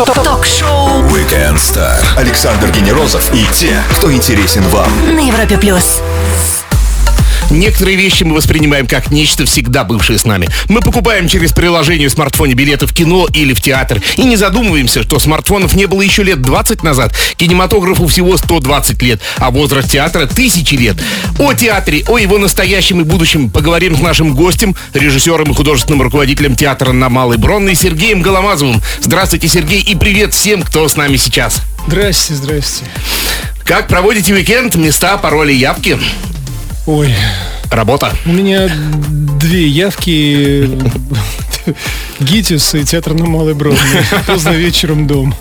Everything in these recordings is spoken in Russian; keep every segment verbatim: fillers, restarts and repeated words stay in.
Ток-шоу Weekend Star. Александр Генерозов и те, кто интересен вам. На Европе плюс. Некоторые вещи мы воспринимаем как нечто, всегда бывшее с нами. Мы покупаем через приложение в смартфоне билеты в кино или в театр и не задумываемся, что смартфонов не было еще лет двадцать назад. Кинематографу всего сто двадцать лет, а возраст театра тысячи лет. О театре, о его настоящем и будущем поговорим с нашим гостем, режиссером и художественным руководителем театра на Малой Бронной Сергеем Голомазовым. Здравствуйте, Сергей, и привет всем, кто с нами сейчас. Здрасте, здрасте. Как проводите уикенд? Места, пароли, явки? Ой, Работа. у меня две явки. ГИТИС и театр на Малой Бронной. Поздно вечером дом.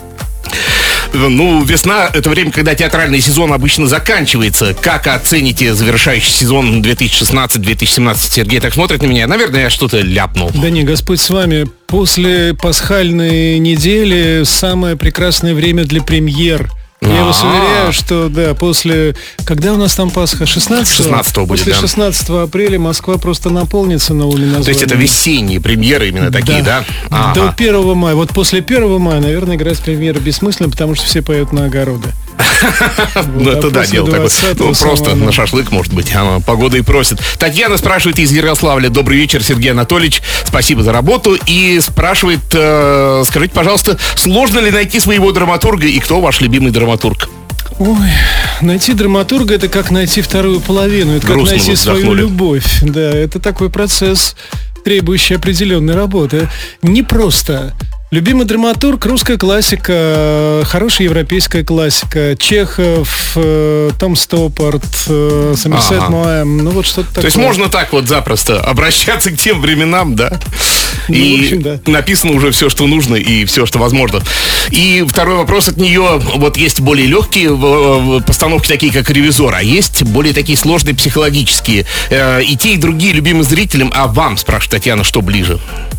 Ну, весна — это время, когда театральный сезон обычно заканчивается. Как оцените завершающий сезон две тысячи шестнадцать - две тысячи семнадцать? Сергей так смотрит на меня. Наверное, я что-то ляпнул. Да не, Господь с вами. После пасхальной недели самое прекрасное время для премьер. Я вас уверяю, что да, после... Когда у нас там Пасха? шестнадцатого? шестнадцатого будет, После да. шестнадцатого апреля Москва просто наполнится новыми названиями. То есть это весенние премьеры именно такие, да? Да? Ага. До первого мая. Вот после первого мая, наверное, играть премьеры бессмысленно, потому что все поют на огороды. Ну, это да, дело такое. Ну, просто на шашлык, может быть, а, погода и просит. Татьяна спрашивает из Ярославля. Добрый вечер, Сергей Анатольевич. Спасибо за работу. И спрашивает, э, скажите, пожалуйста, сложно ли найти своего драматурга и кто ваш любимый драматург? Ой, найти драматурга — это как найти вторую половину. Это Грустно как найти вы свою вздохнули. любовь. Да, это такой процесс, требующий определенной работы. Непросто. Любимый драматург — русская классика, хорошая европейская классика. Чехов, э, Том Стоппард, э, Сомерсет Ага. Моэм. Ну вот что-то такое. То есть можно так вот запросто обращаться к тем временам, да? Ну, И в общем, да. написано уже все, что нужно, и все, что возможно. И второй вопрос от нее. Вот есть более легкие в- в постановки, такие как «Ревизор», а есть более такие сложные психологические. Э, И те, и другие любимы зрителям. А вам, спрашивает Татьяна, что ближе?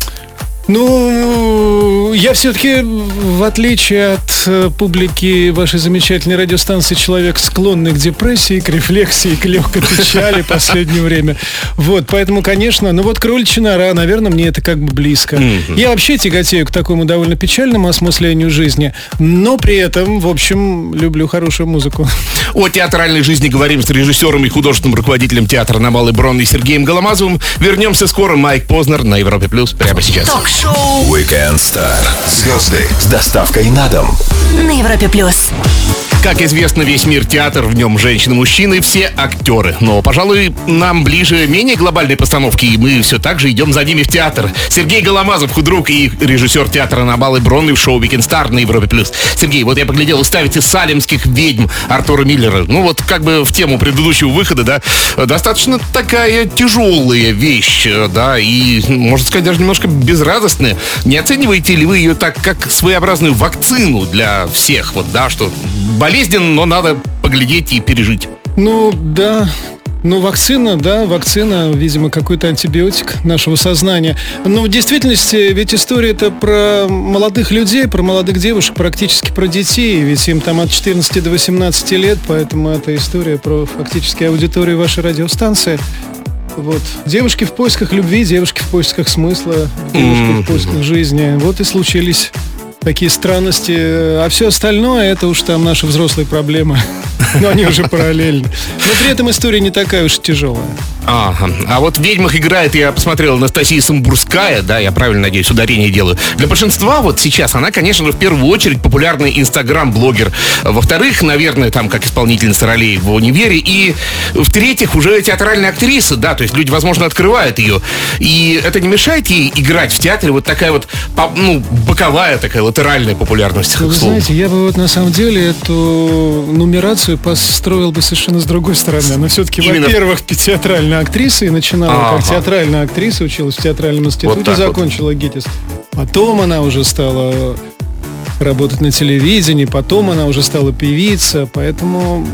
Ну, я все-таки, в отличие от э, публики вашей замечательной радиостанции, человек, склонный к депрессии, к рефлексии, к легкой печали в последнее время. Вот, поэтому, конечно, ну вот «Кроличья нора», наверное, мне это как бы близко. Я вообще тяготею к такому довольно печальному осмыслению жизни, но при этом, в общем, люблю хорошую музыку. О театральной жизни говорим с режиссером и художественным руководителем театра на Малой Бронной Сергеем Голомазовым. Вернемся скоро. Майк Познер на Европе Плюс прямо сейчас. Ток-шоу Weekend Star. Звезды с доставкой на дом. на Европе плюс. Как известно, весь мир театр, в нем женщины-мужчины, все актеры. Но, пожалуй, нам ближе менее глобальные постановки, и мы все так же идем за ними в театр. Сергей Голомазов, худрук и режиссер театра на Малой Бронной в шоу Weekend Star на Европе плюс. Сергей, вот я поглядел, вы ставите «Салемских ведьм» Артура Миллера. Ну вот как бы в тему предыдущего выхода, да, достаточно такая тяжелая вещь, да, и, можно сказать, даже немножко безрадостная. Не оцениваете ли вы ее так, как своеобразную вакцину для всех, вот, да, что болезненно, но надо поглядеть и пережить? Ну, да. Ну, вакцина, да, вакцина, видимо, какой-то антибиотик нашего сознания. Но в действительности ведь история это про молодых людей, про молодых девушек, практически про детей. Ведь им там от четырнадцати до восемнадцати лет, поэтому это история про фактически аудиторию вашей радиостанции. Вот. Девушки в поисках любви, девушки в поисках смысла, девушки в поисках жизни. Вот и случились такие странности. А все остальное — это уж там наши взрослые проблемы. Но они уже параллельны. Но при этом история не такая уж тяжелая. Ага. А вот в «Ведьмах» играет, я посмотрел, Анастасия Самбурская, да, я правильно, надеюсь, ударение делаю. Для большинства вот сейчас она, конечно же, в первую очередь популярный инстаграм-блогер. Во-вторых, наверное, там, как исполнительница ролей в «Универе». И в-третьих, уже театральная актриса, да, то есть люди, возможно, открывают ее. И это не мешает ей играть в театре? Вот такая вот, ну, боковая такая латеральная популярность, Ну, к вы слову. знаете, я бы вот на самом деле эту нумерацию построил бы совершенно с другой стороны. Но все-таки, Именно- во-первых, театральная актриса и начинала Ага. как театральная актриса, училась в театральном институте, Вот так вот. закончила ГИТИС. Потом она уже стала работать на телевидении, потом она уже стала певица, поэтому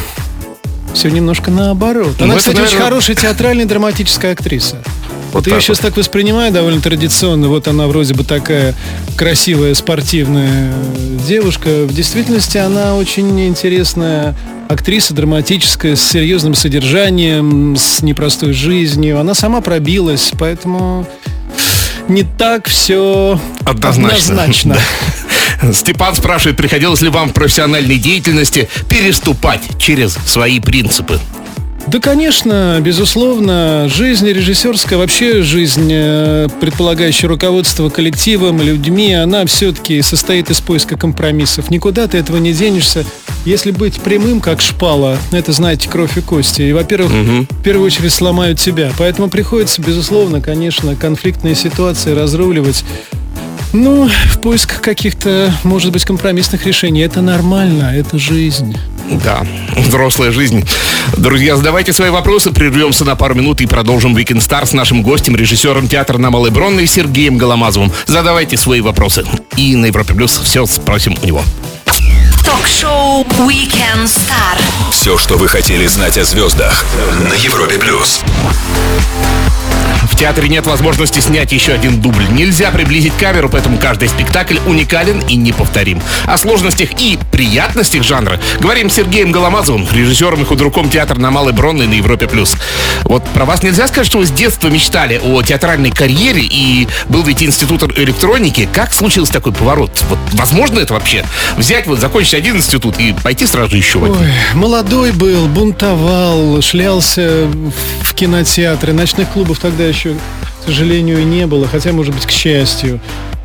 все немножко наоборот. Ну, Она, это, кстати, наверное- очень хорошая театральная драматическая актриса. Вот Вот я так ее сейчас вот. так воспринимаю довольно традиционно. Вот она вроде бы такая красивая, спортивная девушка. В действительности она очень интересная актриса, драматическая, с серьезным содержанием, с непростой жизнью. Она сама пробилась, поэтому не так все Однозначно. однозначно. Да. Степан спрашивает, приходилось ли вам в профессиональной деятельности переступать через свои принципы? Да, конечно, безусловно, жизнь режиссерская, вообще жизнь, э, предполагающая руководство коллективом, людьми, она все-таки состоит из поиска компромиссов. Никуда ты этого не денешься. Если быть прямым, как шпала, это, знаете, кровь и кости. И, во-первых, угу. в первую очередь сломают тебя. Поэтому приходится, безусловно, конечно, конфликтные ситуации разруливать. Ну, в поисках каких-то, может быть, компромиссных решений. Это нормально, это жизнь. Да, взрослая жизнь. Друзья, задавайте свои вопросы, прервемся на пару минут и продолжим Weekend Star с нашим гостем, режиссером театра на Малой Бронной Сергеем Голомазовым. Задавайте свои вопросы. И на Европе Плюс все спросим у него. Ток-шоу Weekend Star. Все, что вы хотели знать о звездах на Европе Плюс. В театре нет возможности снять еще один дубль. Нельзя приблизить камеру, поэтому каждый спектакль уникален и неповторим. О сложностях и приятностях жанра говорим с Сергеем Голомазовым, режиссером и худруком театра на Малой Бронной на Европе+. Вот про вас нельзя сказать, что вы с детства мечтали о театральной карьере, и был ведь институт электроники. Как случился такой поворот? Вот возможно это вообще? Взять, вот закончить один институт и пойти сразу еще в один? Ой, молодой был, бунтовал, шлялся в кинотеатры, ночных клубов тогда еще, к сожалению, не было, хотя, может быть, к счастью.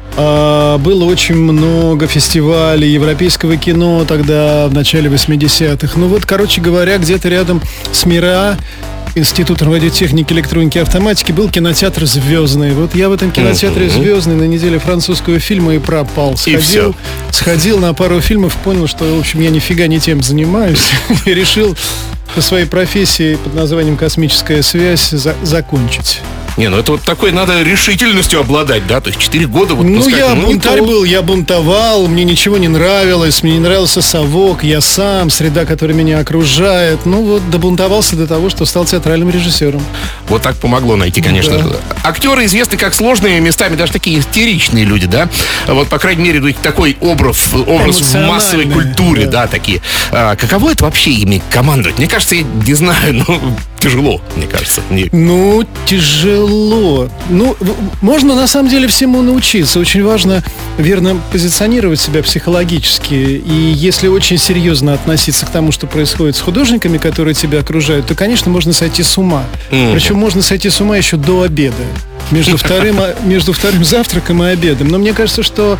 А, было очень много фестивалей европейского кино тогда, в начале восьмидесятых. Ну вот, короче говоря, где-то рядом с МИРА, Институтом радиотехники, электроники и автоматики, был кинотеатр «Звездный». Вот я в этом кинотеатре «Звездный» на неделе французского фильма и пропал. Сходил, и сходил на пару фильмов, понял, что, в общем, я нифига не тем занимаюсь. И решил по своей профессии под названием «Космическая связь» за- закончить. Не, ну это вот такой надо решительностью обладать, да? То есть четыре года вот Ну, пускать, я ну, бунтарь то... был, я бунтовал, мне ничего не нравилось, мне не нравился совок, я сам, среда, которая меня окружает. Ну вот, добунтовался до того, что стал театральным режиссером. Вот так помогло найти, конечно Да. же. Актеры известны как сложные, местами даже такие истеричные люди, да? Вот, по крайней мере, идут такой образ, образ в массовой культуре, да, да. такие. А, каково это вообще ими командовать? Мне кажется, я не знаю, но тяжело, мне кажется. Не... Ну, тяжело. Ну, в- можно на самом деле всему научиться. Очень важно верно позиционировать себя психологически. И если очень серьезно относиться к тому, что происходит с художниками, которые тебя окружают, то, конечно, можно сойти с ума. Мгм. Причем можно сойти с ума еще до обеда. Между вторым, а- между вторым завтраком и обедом. Но мне кажется, что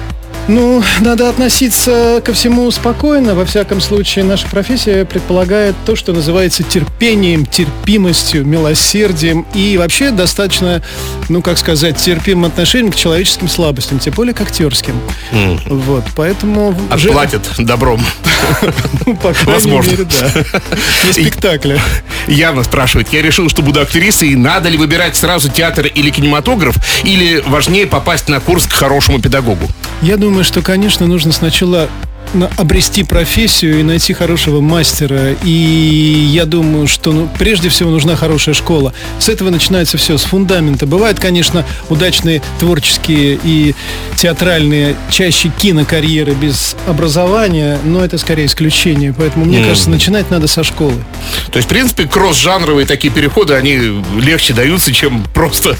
ну, надо относиться ко всему спокойно. Во всяком случае, наша профессия предполагает то, что называется терпением, терпимостью, милосердием и вообще достаточно, ну, как сказать, терпимым отношением к человеческим слабостям, тем более к актерским. М. Вот, поэтому... же- Отплатят добром. Ну, по крайней Возможно. мере, да. На спектакле. Явно спрашивает, я решил, что буду актрисой, и надо ли выбирать сразу театр или кинематограф, или важнее попасть на курс к хорошему педагогу? Я думаю, что, конечно, нужно сначала на- обрести профессию и найти хорошего мастера. И я думаю, что ну, прежде всего нужна хорошая школа. С этого начинается все, с фундамента. Бывают, конечно, удачные творческие и театральные, чаще кинокарьеры без образования, но это скорее исключение. Поэтому, мне Мгм. кажется, начинать надо со школы. То есть, в принципе, кросс-жанровые такие переходы, они легче даются, чем просто.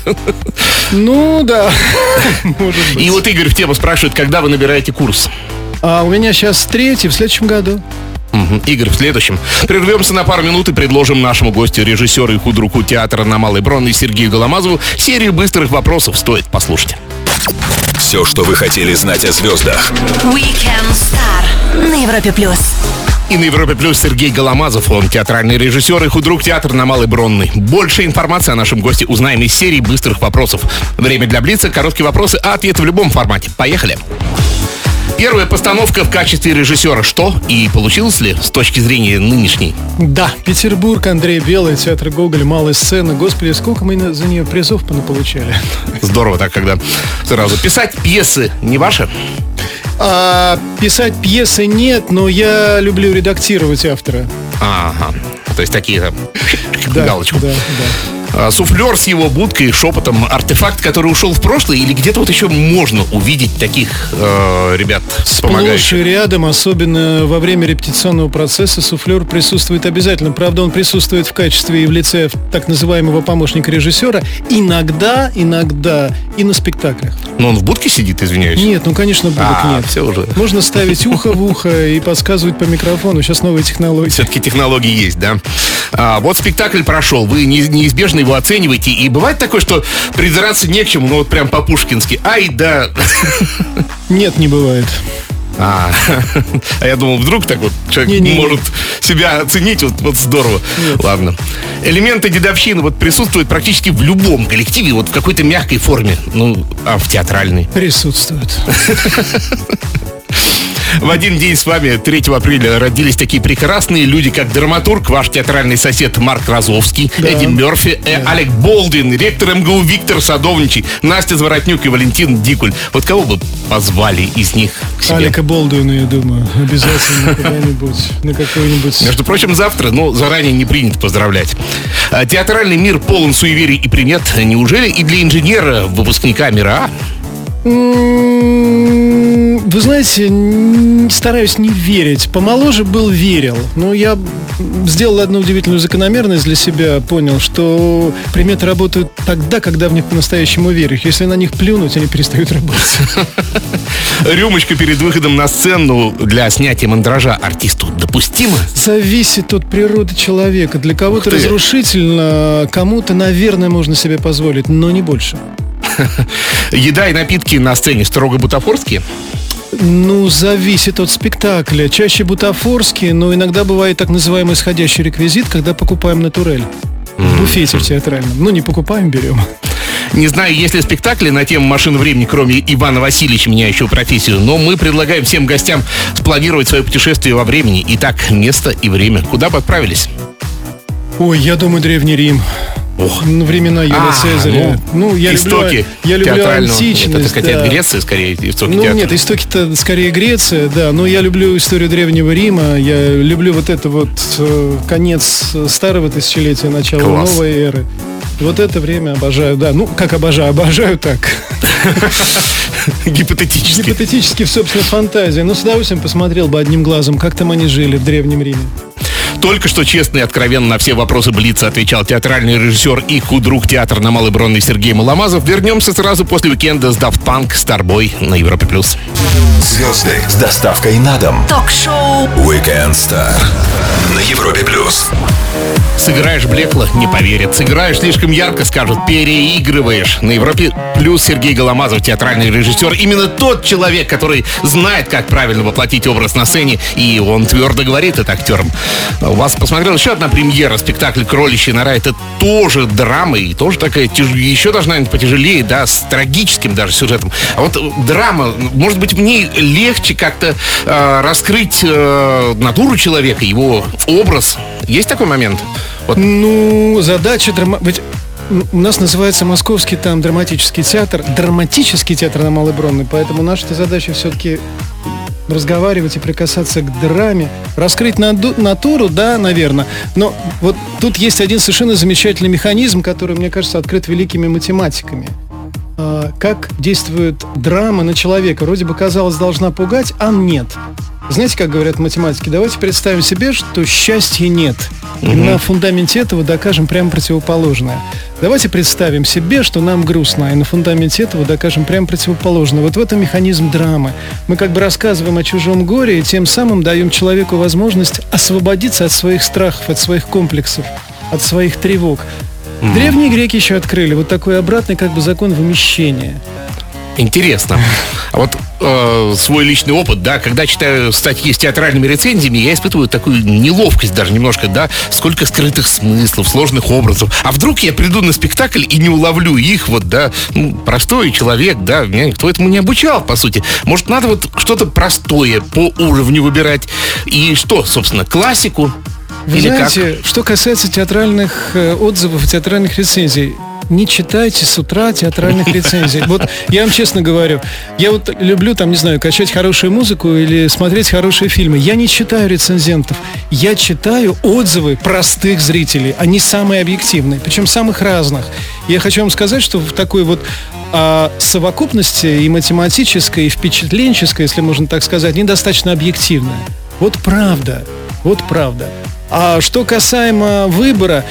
Ну, да, может быть. И вот Игорь в тему спрашивает, когда вы набираете курс? А у меня сейчас третий, в следующем году. Мгм. Игорь в следующем. Прервемся на пару минут и предложим нашему гостю, режиссеру и худруку театра на Малой Бронной Сергею Голомазову серию быстрых вопросов. Стоит послушать. Все, что вы хотели знать о звездах Weekend Star на Европе плюс. И на Европе Плюс Сергей Голомазов, он театральный режиссер и худрук театра на Малой Бронной. Больше информации о нашем госте узнаем из серии быстрых вопросов. Время для блица, короткие вопросы, а ответы в любом формате. Поехали. Первая постановка в качестве режиссера. Что и получилось ли с точки зрения нынешней? Да, Петербург, Андрей Белый, театр Гоголя, малая сцена. Господи, сколько мы на- за нее призов получали. Здорово так, когда сразу. Писать пьесы не ваше? А писать пьесы нет, но я люблю редактировать автора. Ага. То есть такие там, Да, галочку. да, да. А, суфлер с его будкой, шепотом, артефакт, который ушел в прошлое, или где-то вот еще можно увидеть таких э, ребят помогающих? Сплошь и рядом, особенно во время репетиционного процесса, суфлер присутствует обязательно. Правда, он присутствует в качестве и в лице так называемого помощника режиссера. Иногда, иногда и на спектаклях. Но он в будке сидит, извиняюсь? Нет, ну, конечно, будок а, нет. Все уже. Можно ставить ухо в ухо и подсказывать по микрофону. Сейчас новые технологии. Все-таки технологии есть, да? А, вот спектакль прошел, вы неизбежно его оцениваете. И бывает такое, что придраться не к чему, ну вот прям по-пушкински. Ай, да. Нет, не бывает. А, а я думал, вдруг так вот человек не, не, может не. себя оценить, вот, вот здорово. Нет. Ладно. Элементы дедовщины вот присутствуют практически в любом коллективе, вот в какой-то мягкой форме. Ну, а в театральной? Присутствуют. В один день с вами, третьего апреля, родились такие прекрасные люди, как драматург, ваш театральный сосед Марк Розовский, да. Эдди Мерфи, да. э, Алек Болдуин, ректор эм гэ у Виктор Садовничий, Настя Зворотнюк и Валентин Дикуль. Вот кого бы позвали из них к себе? Алека Болдуина, я думаю, обязательно когда-нибудь, на какой-нибудь... Между прочим, завтра, но заранее не принято поздравлять. Театральный мир полон суеверий и примет. Неужели и для инженера, выпускника мира А? Вы знаете, стараюсь не верить. Помоложе был, верил. Но я сделал одну удивительную закономерность для себя. Понял, что приметы работают тогда, когда в них по-настоящему веришь. Если на них плюнуть, они перестают работать. Рюмочка перед выходом на сцену для снятия мандража артисту допустимо? Зависит от природы человека. Для кого-то разрушительно, кому-то, наверное, можно себе позволить, но не больше. Еда и напитки на сцене строго бутафорские? Ну, зависит от спектакля. Чаще бутафорские, но иногда бывает так называемый исходящий реквизит, когда покупаем натурель. В буфете в театральном. Ну, не покупаем, берем. Не знаю, есть ли спектакли на тему машин времени, кроме Ивана Васильевича, меняющего профессию, но мы предлагаем всем гостям спланировать свое путешествие во времени. Итак, место и время. Куда бы отправились? Ой, я думаю, Древний Рим. Ох. Ну, времена Юлия а, Цезаря. Ну, ну, я истоки люблю, я люблю античность. Это, так сказать, да. Греция, скорее, истоки Ну, театра. нет, истоки-то скорее Греция, да. Но я люблю историю Древнего Рима. Я люблю вот это вот э, конец старого тысячелетия, начало Класс. новой эры. Вот это время обожаю, да. Ну, как обожаю? Обожаю так. Гипотетически. Гипотетически в собственной фантазии. Ну, с удовольствием посмотрел бы одним глазом, как там они жили в Древнем Риме. Только что честно и откровенно на все вопросы Блица отвечал театральный режиссер и худрук театра на Малой Бронной Сергей Маламазов. Вернемся сразу после уикенда с Daft Punk Starboy на Европе+. Звезды с доставкой на дом. Ток-шоу Weekend Star на Европе+. Сыграешь блекло, не поверят. Сыграешь слишком ярко, скажут, переигрываешь. На Европе Плюс Сергей Голомазов, театральный режиссер. Именно тот человек, который знает, как правильно воплотить образ на сцене. И он твердо говорит это актерам. У вас посмотрел еще одна премьера, спектакль «Кроличья нора». Это тоже драма и тоже такая, еще даже, наверное, потяжелее, да, с трагическим даже сюжетом. А вот драма, может быть, в ней легче как-то э, раскрыть э, натуру человека, его образ. Есть такой момент? Вот. Ну, задача драма... Ведь у нас называется Московский там драматический театр, драматический театр на Малой Бронной, поэтому наша задача все-таки разговаривать и прикасаться к драме, раскрыть наду- натуру, да, наверное. Но вот тут есть один совершенно замечательный механизм, который, мне кажется, открыт великими математиками. А, как действует драма на человека. Вроде бы, казалось, должна пугать, а нет. Знаете, как говорят математики? Давайте представим себе, что счастья нет. И угу. на фундаменте этого докажем прямо противоположное. Давайте представим себе, что нам грустно, и на фундаменте этого докажем прямо противоположное. Вот в этом механизм драмы. Мы как бы рассказываем о чужом горе, и тем самым даем человеку возможность освободиться от своих страхов, от своих комплексов, от своих тревог. Угу. Древние греки еще открыли вот такой обратный как бы закон вымещения. Интересно. А вот э, свой личный опыт, да, когда читаю статьи с театральными рецензиями, я испытываю такую неловкость даже немножко, да, сколько скрытых смыслов, сложных образов. А вдруг я приду на спектакль и не уловлю их, вот, да, ну, простой человек, да, меня никто этому не обучал, по сути. Может, надо вот что-то простое по уровню выбирать. И что, собственно, классику? Вы Или знаете, как? что касается театральных э, отзывов, театральных рецензий, не читайте с утра театральных рецензий. Вот я вам честно говорю, я вот люблю, там, не знаю, качать хорошую музыку или смотреть хорошие фильмы. Я не читаю рецензентов, я читаю отзывы простых зрителей. Они самые объективные, причем самых разных. Я хочу вам сказать, что в такой вот а, совокупности и математической, и впечатленческой, если можно так сказать, недостаточно объективная. Вот правда, вот правда. А что касаемо выбора,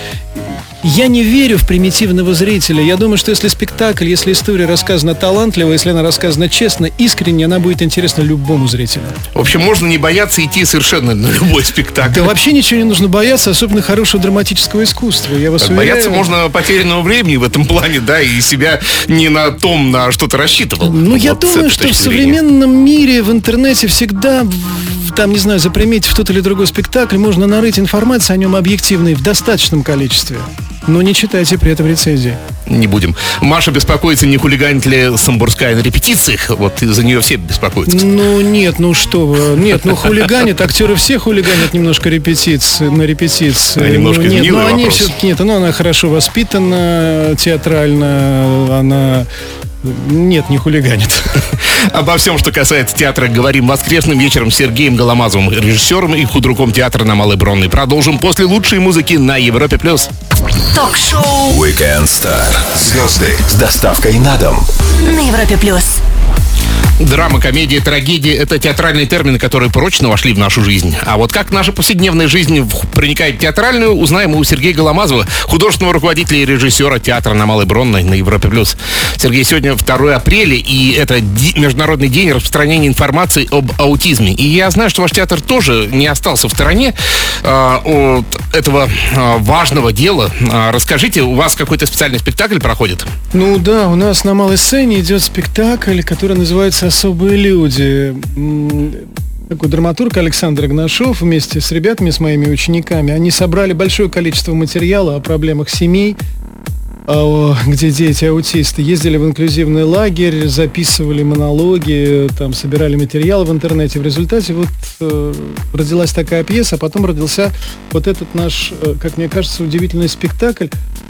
я не верю в примитивного зрителя. Я думаю, что если спектакль, если история рассказана талантливо, если она рассказана честно, искренне, она будет интересна любому зрителю. В общем, можно не бояться идти совершенно на любой спектакль. Да вообще ничего не нужно бояться, особенно хорошего драматического искусства. Я вас Так, уверяю. бояться можно потерянного времени в этом плане, да, и себя не на том, на что-то рассчитывал. Ну, я Вот думаю, что в современном мире, в интернете всегда, там, не знаю, заприметив тот или другой спектакль, можно нарыть информацию о нем объективной в достаточном количестве. Но не читайте при этом рецензии. Не будем. Маша беспокоится, не хулиганит ли Самбурская на репетициях. Вот за нее все беспокоятся. Ну, нет, ну что вы. Нет, ну хулиганят. Актеры все хулиганят немножко репетиции, на репетиции. А немножко ну, нет, гнилый ну, они вопрос. все-таки нет, ну она хорошо воспитана, театрально, она... Нет, не хулиганит. Обо всем, что касается театра, говорим воскресным вечером с Сергеем Голомазовым, режиссером и худруком театра на Малой Бронной. Продолжим после лучшей музыки на Европе+. Ток-шоу Weekend Star. Звезды с доставкой на дом. на Европе плюс. Драма, комедия, трагедия – это театральные термины, которые прочно вошли в нашу жизнь. А вот как наша повседневная жизнь проникает в театральную, узнаем у Сергея Голомазова, художественного руководителя и режиссера театра на Малой Бронной на Европе+. Сергей, сегодня второе апреля, и это Международный день распространения информации об аутизме. И я знаю, что ваш театр тоже не остался в стороне э, от этого э, важного дела. Э, расскажите, у вас какой-то специальный спектакль проходит? Ну да, у нас на малой сцене идет спектакль, который называется «Особые люди». Такой драматург Александр Игнашов вместе с ребятами, с моими учениками, они собрали большое количество материала о проблемах семей, где дети аутисты, ездили в инклюзивный лагерь, записывали монологи, там собирали материал в интернете. В результате вот э, родилась такая пьеса, а потом родился вот этот наш, э, как мне кажется, удивительный спектакль,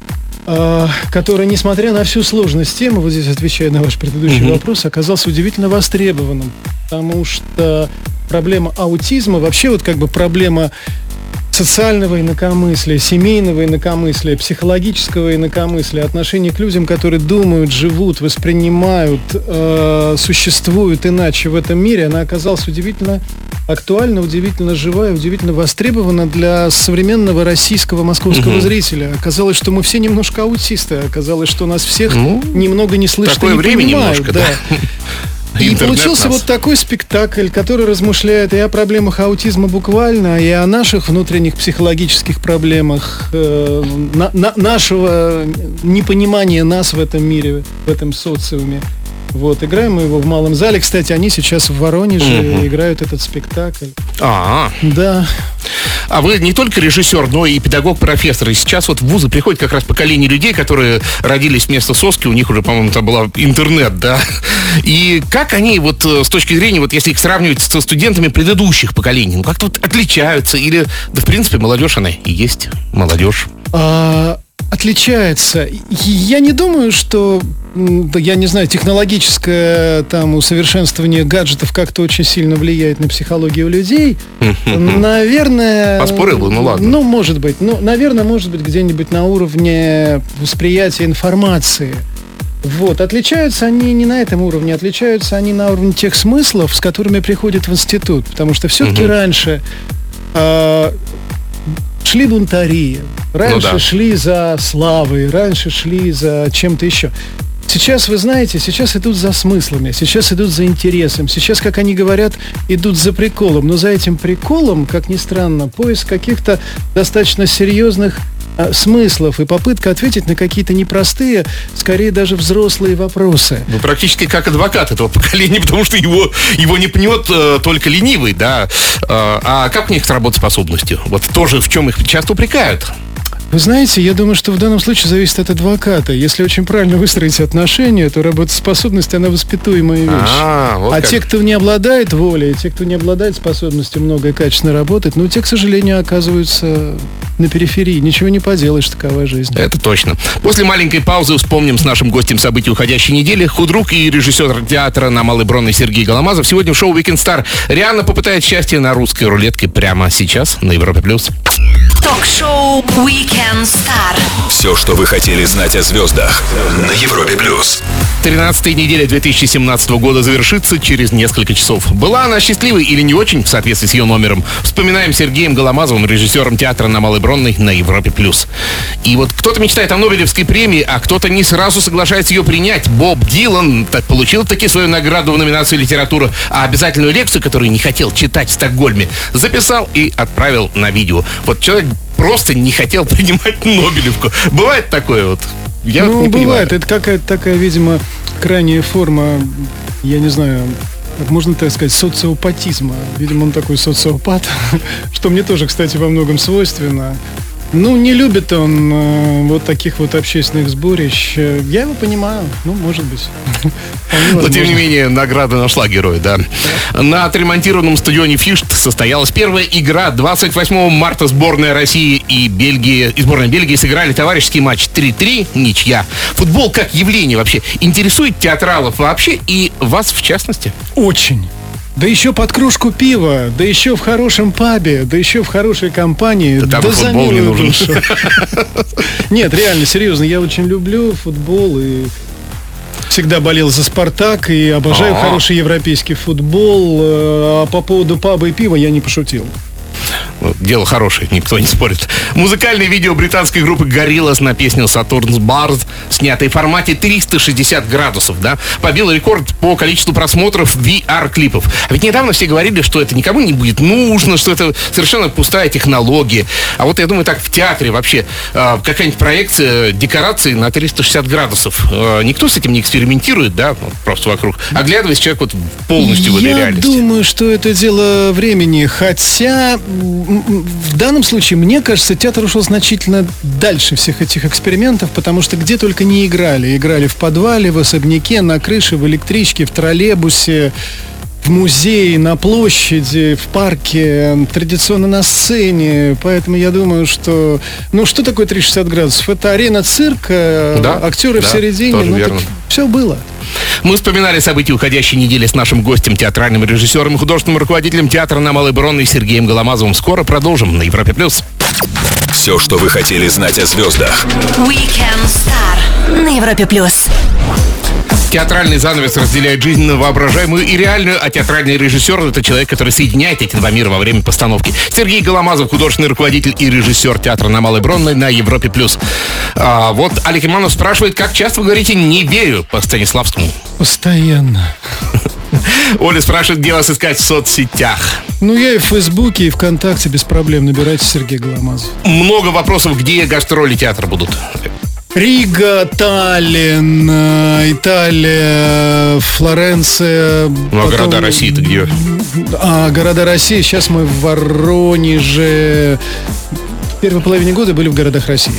э, который, несмотря на всю сложность темы, вот здесь отвечая на ваш предыдущий mm-hmm. вопрос, оказался удивительно востребованным, потому что проблема аутизма, вообще вот как бы проблема социального инакомыслия, семейного инакомыслия, психологического инакомыслия, отношения к людям, которые думают, живут, воспринимают, э, существуют иначе в этом мире, она оказалась удивительно актуальна, удивительно живая, удивительно востребована для современного российского московского угу. зрителя. Оказалось, что мы все немножко аутисты, оказалось, что нас всех ну, немного не слышно, такое не время понимают. Немножко, да. да. И Интернет получился нас. вот такой спектакль, который размышляет и о проблемах аутизма буквально, и о наших внутренних психологических проблемах, э, на, на, нашего непонимания нас в этом мире, в этом социуме. Вот, играем мы его в малом зале. Кстати, они сейчас в Воронеже mm-hmm. играют этот спектакль. А-а-а. Да. А вы не только режиссер, но и педагог-профессор. И сейчас вот в вузы приходит как раз поколение людей, которые родились вместо соски, у них уже, по-моему, там был интернет, да. И как они вот с точки зрения, вот если их сравнивать со студентами предыдущих поколений, ну как-то вот отличаются? Или, да в принципе, молодежь она и есть молодежь. А... Отличается. Я не думаю, что, я не знаю, технологическое там усовершенствование гаджетов как-то очень сильно влияет на психологию людей. Наверное... Поспорил бы, ну ладно. Ну, может быть. Ну, наверное, может быть, где-нибудь на уровне восприятия информации. Вот. Отличаются они не на этом уровне, отличаются они на уровне тех смыслов, с которыми приходят в институт. Потому что все-таки угу. раньше... Э- Шли бунтари, раньше ну да. шли за славой, раньше шли за чем-то еще. Сейчас, вы знаете, сейчас идут за смыслами, сейчас идут за интересом, сейчас, как они говорят, идут за приколом. Но за этим приколом, как ни странно, поиск каких-то достаточно серьезных а, смыслов и попытка ответить на какие-то непростые, скорее даже взрослые вопросы. Вы практически как адвокат этого поколения, потому что его, его не пнет э, только ленивый, да. Э, а как у них с работоспособностью? Вот тоже в чем их часто упрекают? Вы знаете, я думаю, что в данном случае зависит от адвоката. Если очень правильно выстроить отношения, то работоспособность, она воспитуемая вещь. А, вот а как. те, кто не обладает волей, те, кто не обладает способностью много и качественно работать, ну, те, к сожалению, оказываются на периферии. Ничего не поделаешь, такова жизнь. Это точно. После маленькой паузы вспомним с нашим гостем события уходящей недели. Худрук и режиссер театра на Малой Бронной Сергей Голомазов сегодня в шоу «Weekend Star» реально попытает счастье на русской рулетке прямо сейчас на Европе+. Ток-шоу Weekend Star. Все, что вы хотели знать о звездах на Европе плюс. тринадцатая неделя две тысячи семнадцатого года завершится через несколько часов. Была она счастливой или не очень, в соответствии с ее номером? Вспоминаем Сергеем Голомазовым, режиссером театра на Малой Бронной на Европе+. И вот кто-то мечтает о Нобелевской премии, а кто-то не сразу соглашается ее принять. Боб Дилан так, получил таки свою награду в номинации «Литература», а обязательную лекцию, которую не хотел читать в Стокгольме, записал и отправил на видео. Вот человек просто не хотел принимать Нобелевку. Бывает такое вот? Я ну, вот не бывает. понимаю. Это какая-то такая, видимо, крайняя форма, я не знаю, как можно так сказать, социопатизма. Видимо, он такой социопат, что мне тоже, кстати, во многом свойственно. Ну, не любит он э, вот таких вот общественных сборищ. Я его понимаю, ну, может быть. Но, тем не менее, награда нашла героя, да. На отремонтированном стадионе Фишт состоялась первая игра. двадцать восьмого марта сборная России и Бельгии, и сборная Бельгии сыграли товарищеский матч три-три, ничья. Футбол как явление вообще интересует театралов вообще и вас в частности? Очень. Да еще под кружку пива, да еще в хорошем пабе, да еще в хорошей компании. Да там да футбол не нужен. душу. Нет, реально, серьезно, я очень люблю футбол и всегда болел за «Спартак» и обожаю А-а-а. хороший европейский футбол. А по поводу паба и пива я не пошутил. Дело хорошее, никто не спорит. Музыкальное видео британской группы Gorillaz на песню Saturn's Bars, снятое в формате триста шестьдесят градусов, да, побило рекорд по количеству просмотров ви ар-клипов. А ведь недавно все говорили, что это никому не будет нужно, что это совершенно пустая технология. А вот я думаю, так в театре вообще э, какая-нибудь проекция декорации на триста шестьдесят градусов. Э, никто с этим не экспериментирует, да, вот просто вокруг. Оглядываясь, человек вот полностью в этой Я реальности. думаю, что это дело времени, хотя в данном случае, мне кажется, театр ушел значительно дальше всех этих экспериментов, потому что где только не играли. Играли в подвале, в особняке, на крыше, в электричке, в троллейбусе, в музее, на площади, в парке, традиционно на сцене. Поэтому я думаю, что... Ну, что такое триста шестьдесят градусов? Это арена цирка, Да, актеры да, в середине. тоже Ну, так верно. все было. Мы вспоминали события уходящей недели с нашим гостем, театральным режиссером и художественным руководителем театра на Малой Бронной Сергеем Голомазовым. Скоро продолжим на Европе+. Все, что вы хотели знать о звездах Weekend Star на Европе+. Театральный занавес разделяет жизнь воображаемую и реальную, а театральный режиссер — это человек, который соединяет эти два мира во время постановки. Сергей Голомазов, художественный руководитель и режиссер театра на Малой Бронной на Европе+. А вот Олег Иманов спрашивает, как часто вы говорите «не верю» по Станиславскому? Постоянно. Оля спрашивает, где вас искать в соцсетях. Ну, я и в Фейсбуке, и ВКонтакте без проблем. Набирайте Сергей Голомазов. Много вопросов, где гастроли театра будут. Рига, Таллин, э, Италия, Флоренция. Ну, а потом- города России-то где? А, города России. Сейчас мы в Воронеже. В первой половине года были в городах России.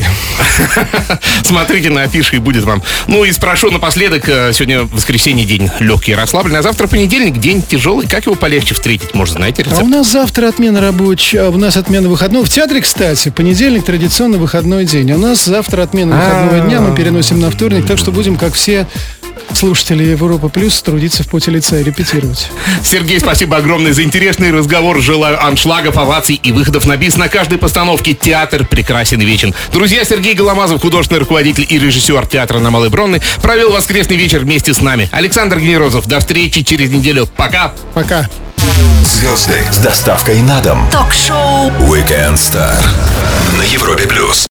Смотрите на афиши, и будет вам. Ну и спрошу напоследок, э, сегодня воскресенье, день легкий и расслабленный, а завтра понедельник, день тяжелый. Как его полегче встретить? Может, знаете А рецепт? у нас завтра отмена рабочая, у нас отмена выходного. В театре, кстати, понедельник традиционно выходной день. А у нас завтра отмена выходного дня, мы переносим на вторник, так что будем, как все слушатели Европа Плюс, трудиться в поте лица и репетировать. Сергей, спасибо огромное за интересный разговор. Желаю аншлагов, оваций и выходов на бис на каждой постановке. Театр прекрасен и вечен. Друзья, Сергей Голомазов, художественный руководитель и режиссер театра на Малой Бронной, провел воскресный вечер вместе с нами. Александр Генерозов. До встречи через неделю. Пока. Пока. Звезды с доставкой на дом. Ток-шоу Weekend Star на Европе плюс.